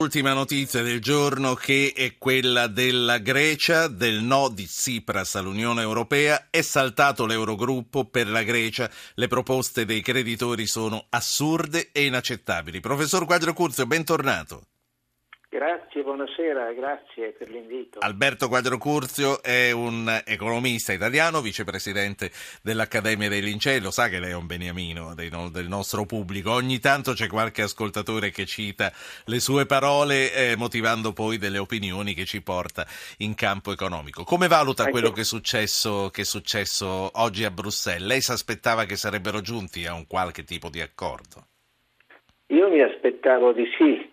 Ultima notizia del giorno, che è quella della Grecia, del no di Tsipras all'Unione Europea. È saltato l'Eurogruppo. Per la Grecia le proposte dei creditori sono assurde e inaccettabili. Professor Quadrio-Curzio, bentornato. Grazie, buonasera, grazie per l'invito. Alberto Quadrio-Curzio è un economista italiano, vicepresidente dell'Accademia dei Lincei. Lo sa che lei è un beniamino del nostro pubblico. Ogni tanto c'è qualche ascoltatore che cita le sue parole, motivando poi delle opinioni che ci porta in campo economico. Come valuta quello che è successo oggi a Bruxelles? Lei si aspettava che sarebbero giunti a un qualche tipo di accordo? Io mi aspettavo di sì.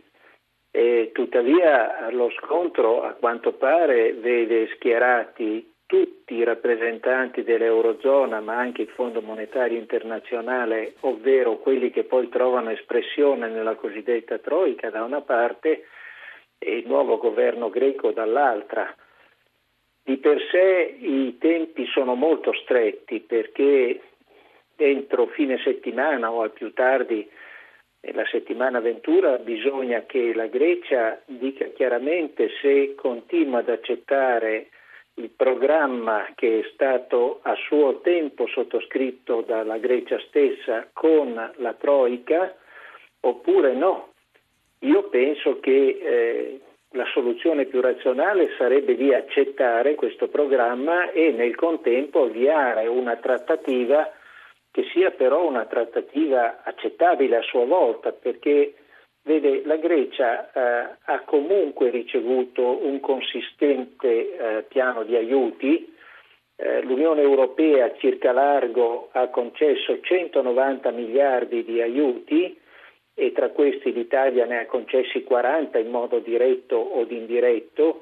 E tuttavia lo scontro, a quanto pare, vede schierati tutti i rappresentanti dell'Eurozona, ma anche il Fondo Monetario Internazionale, ovvero quelli che poi trovano espressione nella cosiddetta Troika da una parte e il nuovo governo greco dall'altra. Di per sé i tempi sono molto stretti, perché entro fine settimana o al più tardi la settimana ventura bisogna che la Grecia dica chiaramente se continua ad accettare il programma che è stato a suo tempo sottoscritto dalla Grecia stessa con la Troika oppure no. Io penso che la soluzione più razionale sarebbe di accettare questo programma e nel contempo avviare una trattativa che sia però una trattativa accettabile a sua volta, perché vede, la Grecia ha comunque ricevuto un consistente piano di aiuti. L'Unione Europea circa largo ha concesso 190 miliardi di aiuti e tra questi l'Italia ne ha concessi 40 in modo diretto o indiretto.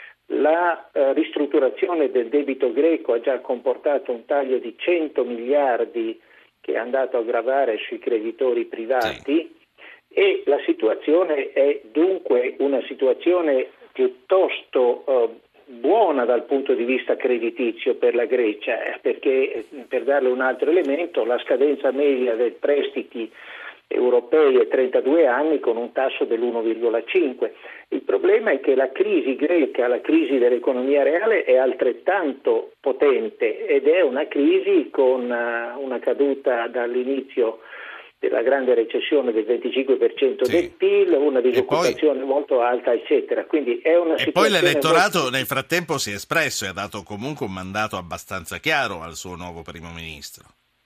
La ristrutturazione del debito greco ha già comportato un taglio di 100 miliardi che è andato a gravare sui creditori privati, e la situazione è dunque una situazione piuttosto buona dal punto di vista creditizio per la Grecia, perché, per darle un altro elemento, la scadenza media dei prestiti europei è 32 anni con un tasso dell'1,5. Il problema è che la crisi greca, la crisi dell'economia reale è altrettanto potente ed è una crisi con una caduta dall'inizio della grande recessione del 25% del PIL, una disoccupazione molto alta, eccetera. Quindi è una situazione. E poi l'elettorato nel frattempo si è espresso e ha dato comunque un mandato abbastanza chiaro al suo nuovo primo ministro.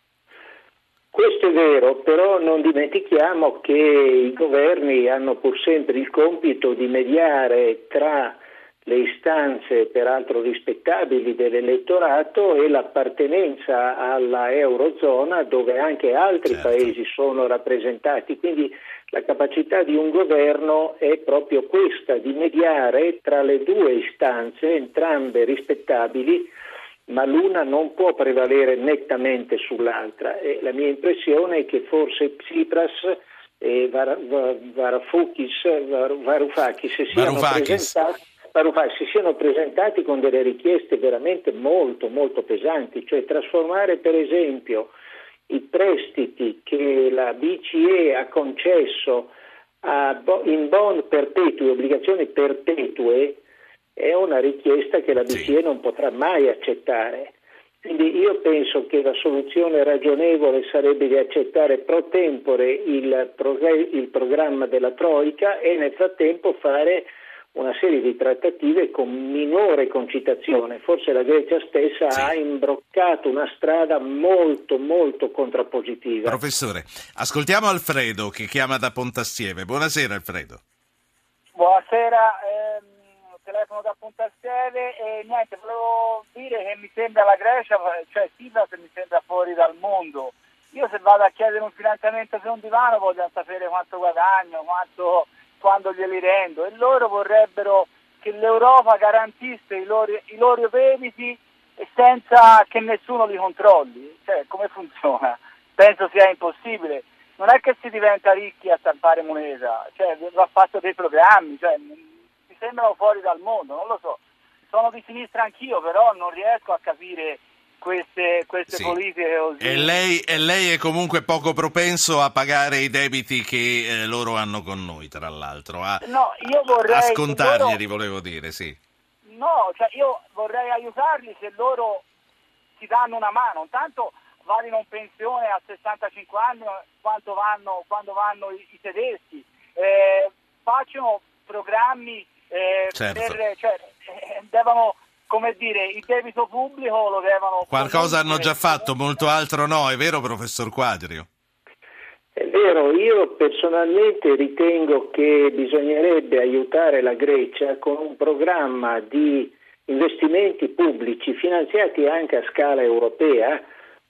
Questo è vero, però non dimentichiamo che i governi hanno pur sempre il compito di mediare tra le istanze, peraltro rispettabili, dell'elettorato e l'appartenenza alla Eurozona, dove anche altri paesi sono rappresentati. Quindi la capacità di un governo è proprio questa, di mediare tra le due istanze, entrambe rispettabili, ma l'una non può prevalere nettamente sull'altra. E la mia impressione è che forse Tsipras e Varoufakis si siano presentati con delle richieste veramente molto molto pesanti, cioè trasformare per esempio i prestiti che la BCE ha concesso in bond perpetui, obbligazioni perpetue, è una richiesta che la BCE non potrà mai accettare. Quindi io penso che la soluzione ragionevole sarebbe di accettare pro tempore il programma della Troika e nel frattempo fare una serie di trattative con minore concitazione. Forse la Grecia stessa ha imbroccato una strada molto molto contrappositiva. Professore, ascoltiamo Alfredo che chiama da Pontassieve. Buonasera Alfredo. Buonasera. Telefono da Pontassieve e niente, volevo dire che mi sembra la Grecia, cioè Tsipras mi sembra fuori dal mondo. Io se vado a chiedere un finanziamento per un divano voglio sapere quanto guadagno, quando glieli rendo, e loro vorrebbero che l'Europa garantisse i loro debiti senza che nessuno li controlli. Cioè, come funziona? Penso sia impossibile. Non è che si diventa ricchi a stampare moneta, cioè va fatto dei programmi, cioè sembrano fuori dal mondo, non lo so. Sono di sinistra anch'io, però non riesco a capire queste Sì. politiche così. E lei è comunque poco propenso a pagare i debiti che loro hanno con noi, tra l'altro, No, io vorrei a che scontarglieli, loro... volevo dire, sì. No, cioè io vorrei aiutarli se loro ci danno una mano. Intanto vadano in pensione a 65 anni quando vanno i tedeschi. Facciano programmi Certo. devono, come dire, il debito pubblico lo devono... Qualcosa hanno comunque- già fatto, molto altro no, è vero, professor Quadrio? È vero, io personalmente ritengo che bisognerebbe aiutare la Grecia con un programma di investimenti pubblici finanziati anche a scala europea,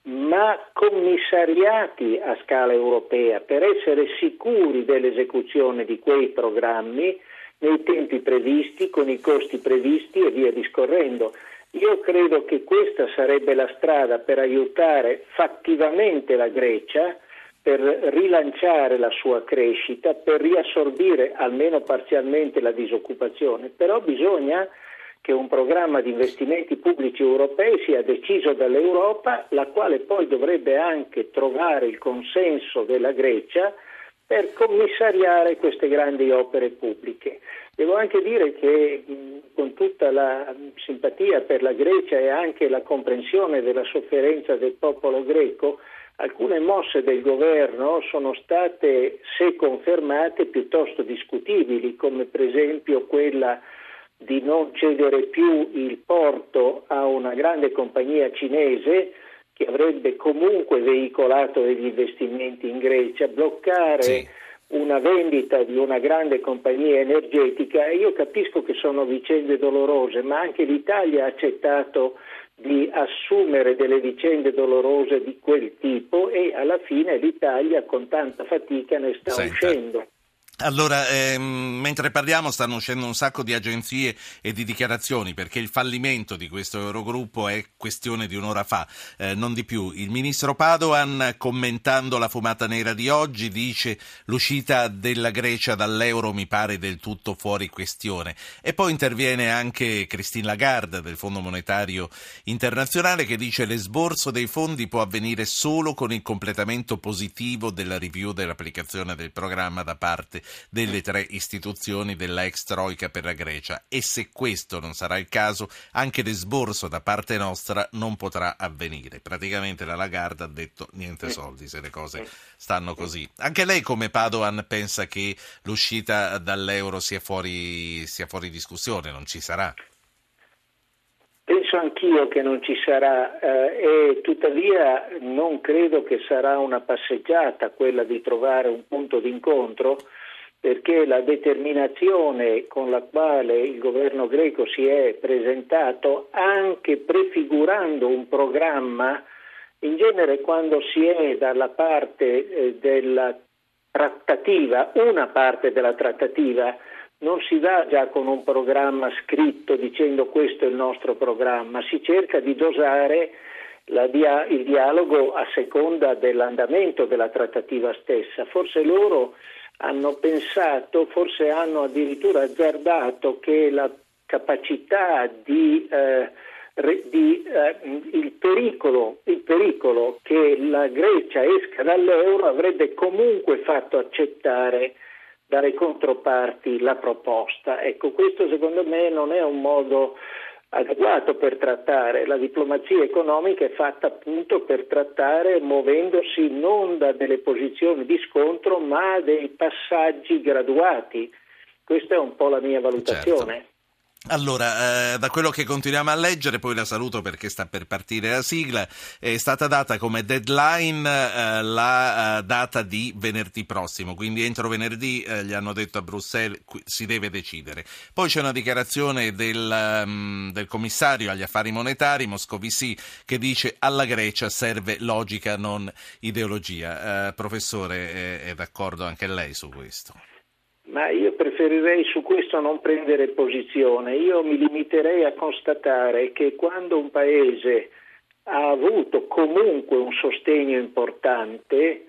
ma commissariati a scala europea per essere sicuri dell'esecuzione di quei programmi nei tempi previsti, con i costi previsti e via discorrendo. Io credo che questa sarebbe la strada per aiutare fattivamente la Grecia, per rilanciare la sua crescita, per riassorbire almeno parzialmente la disoccupazione. Però bisogna che un programma di investimenti pubblici europei sia deciso dall'Europa, la quale poi dovrebbe anche trovare il consenso della Grecia per commissariare queste grandi opere pubbliche. Devo anche dire che con tutta la simpatia per la Grecia e anche la comprensione della sofferenza del popolo greco, alcune mosse del governo sono state, se confermate, piuttosto discutibili, come per esempio quella di non cedere più il porto a una grande compagnia cinese che avrebbe comunque veicolato degli investimenti in Grecia, bloccare Sì. una vendita di una grande compagnia energetica. Io capisco che sono vicende dolorose, ma anche l'Italia ha accettato di assumere delle vicende dolorose di quel tipo e alla fine l'Italia con tanta fatica ne sta uscendo. Allora, mentre parliamo stanno uscendo un sacco di agenzie e di dichiarazioni perché il fallimento di questo Eurogruppo è questione di un'ora fa, non di più. Il ministro Padoan, commentando la fumata nera di oggi, dice l'uscita della Grecia dall'euro mi pare del tutto fuori questione. E poi interviene anche Christine Lagarde del Fondo Monetario Internazionale che dice l'esborso dei fondi può avvenire solo con il completamento positivo della review dell'applicazione del programma da parte delle tre istituzioni della ex troika per la Grecia e se questo non sarà il caso anche l'esborso da parte nostra non potrà avvenire. Praticamente la Lagarde ha detto niente soldi se le cose stanno così. Anche lei come Padoan pensa che l'uscita dall'euro sia fuori discussione, non ci sarà? Penso anch'io che non ci sarà e tuttavia non credo che sarà una passeggiata quella di trovare un punto d'incontro, perché la determinazione con la quale il governo greco si è presentato, anche prefigurando un programma, in genere quando si è dalla parte della trattativa, una parte della trattativa, non si va già con un programma scritto dicendo questo è il nostro programma, si cerca di dosare il dialogo a seconda dell'andamento della trattativa stessa. Forse loro hanno pensato, forse hanno addirittura azzardato che la capacità il pericolo che la Grecia esca dall'euro avrebbe comunque fatto accettare dalle controparti la proposta. Ecco, questo secondo me non è un modo adeguato per trattare. La diplomazia economica è fatta appunto per trattare muovendosi non da delle posizioni di scontro ma dei passaggi graduati. Questa è un po' la mia valutazione. Certo. Allora, da quello che continuiamo a leggere, poi la saluto perché sta per partire la sigla, è stata data come deadline la data di venerdì prossimo, quindi entro venerdì gli hanno detto a Bruxelles si deve decidere. Poi c'è una dichiarazione del commissario agli affari monetari Moscovici che dice alla Grecia serve logica non ideologia. Professore, è d'accordo anche lei su questo? Ma io preferirei su questo non prendere posizione. Io mi limiterei a constatare che quando un paese ha avuto comunque un sostegno importante,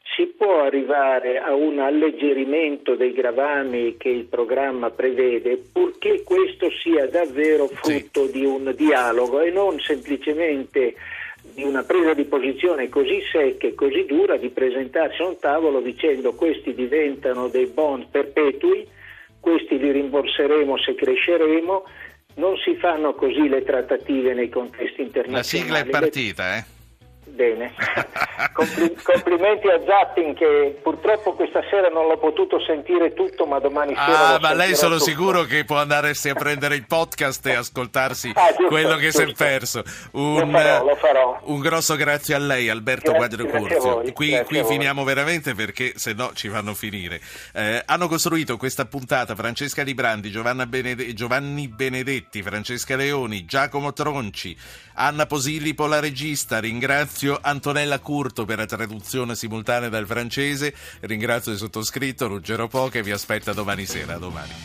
si può arrivare a un alleggerimento dei gravami che il programma prevede, purché questo sia davvero frutto di un dialogo e non semplicemente di una presa di posizione così secca e così dura di presentarsi a un tavolo dicendo questi diventano dei bond perpetui, questi li rimborseremo se cresceremo. Non si fanno così le trattative nei contesti internazionali. La sigla è partita, Bene, complimenti a Zapping, che purtroppo questa sera non l'ho potuto sentire tutto, ma domani sera ma lei sono tutto. sicuro che può andarsi a prendere il podcast e ascoltarsi quello che si è perso. Lo farò. Un grosso grazie a lei, Alberto Quadricurzio. Qui finiamo veramente, perché se no ci fanno finire. Hanno costruito questa puntata Francesca Librandi, Giovanni Benedetti, Francesca Leoni, Giacomo Tronci, Anna Posillipo la regista. Ringrazio Antonella Curto per la traduzione simultanea dal francese, ringrazio il sottoscritto Ruggero Po, che vi aspetta domani sera. A domani.